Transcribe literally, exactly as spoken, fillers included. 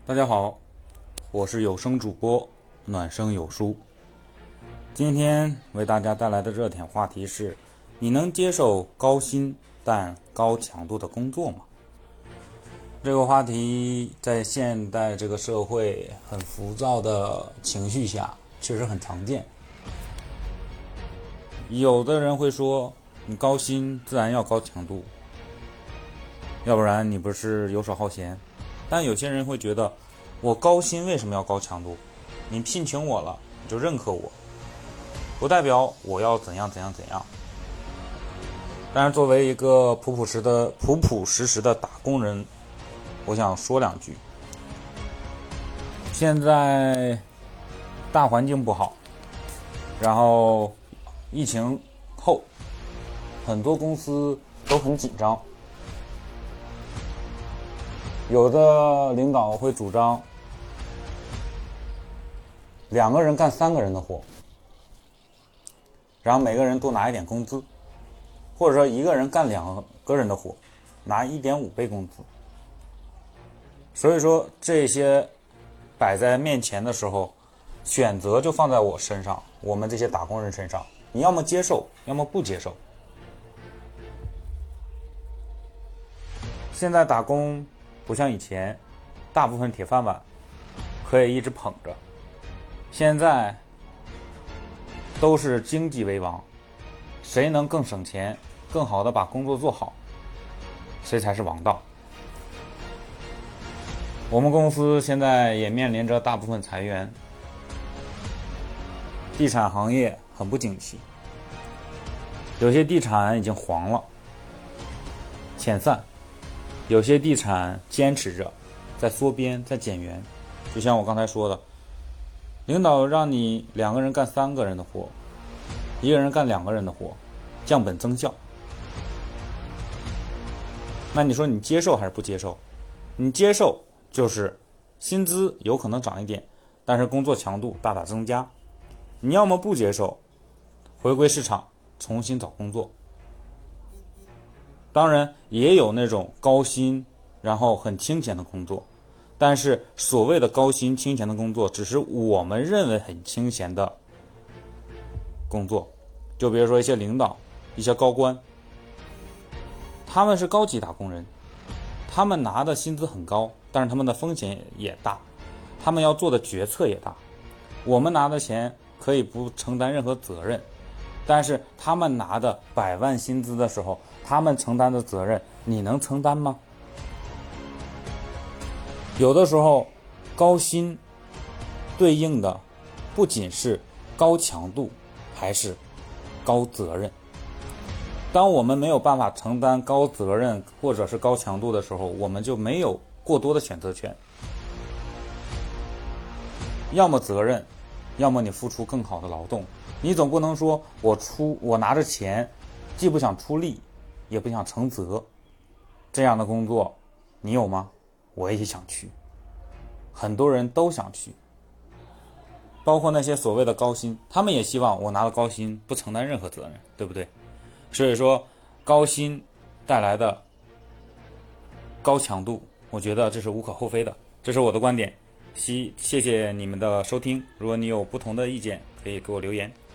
大家好，我是有声主播暖声有书。今天为大家带来的热点话题是：你能接受高薪但高强度的工作吗？这个话题在现代这个社会很浮躁的情绪下，确实很常见。有的人会说，你高薪自然要高强度，要不然你不是游手好闲。但有些人会觉得，我高薪为什么要高强度？你聘请我了，你就认可我，不代表我要怎样怎样怎样。但是作为一个朴朴实的朴朴实实的打工人，我想说两句。现在大环境不好，然后疫情后很多公司都很紧张，有的领导会主张两个人干三个人的活，然后每个人多拿一点工资，或者说一个人干两个人的活，拿 一点五 倍工资。所以说这些摆在面前的时候，选择就放在我身上，我们这些打工人身上，你要么接受，要么不接受。现在打工不像以前，大部分铁饭碗可以一直捧着，现在都是经济为王，谁能更省钱，更好的把工作做好，谁才是王道。我们公司现在也面临着大部分裁员，地产行业很不景气，有些地产已经黄了遣散，有些地产坚持着在缩编在减员。就像我刚才说的，领导让你两个人干三个人的活，一个人干两个人的活，降本增效。那你说你接受还是不接受？你接受就是薪资有可能涨一点，但是工作强度大大增加。你要么不接受，回归市场重新找工作。当然也有那种高薪然后很清闲的工作，但是所谓的高薪清闲的工作只是我们认为很清闲的工作。就比如说一些领导一些高官，他们是高级打工人，他们拿的薪资很高，但是他们的风险也大，他们要做的决策也大。我们拿的钱可以不承担任何责任，但是他们拿的百万薪资的时候，他们承担的责任你能承担吗？有的时候高薪对应的不仅是高强度，还是高责任。当我们没有办法承担高责任或者是高强度的时候，我们就没有过多的选择权。要么责任，要么你付出更好的劳动。你总不能说我出我拿着钱，既不想出力，也不想承责。这样的工作你有吗？我也想去，很多人都想去，包括那些所谓的高薪，他们也希望我拿了高薪不承担任何责任，对不对？所以说高薪带来的高强度，我觉得这是无可厚非的，这是我的观点。谢谢你们的收听，如果你有不同的意见，可以给我留言。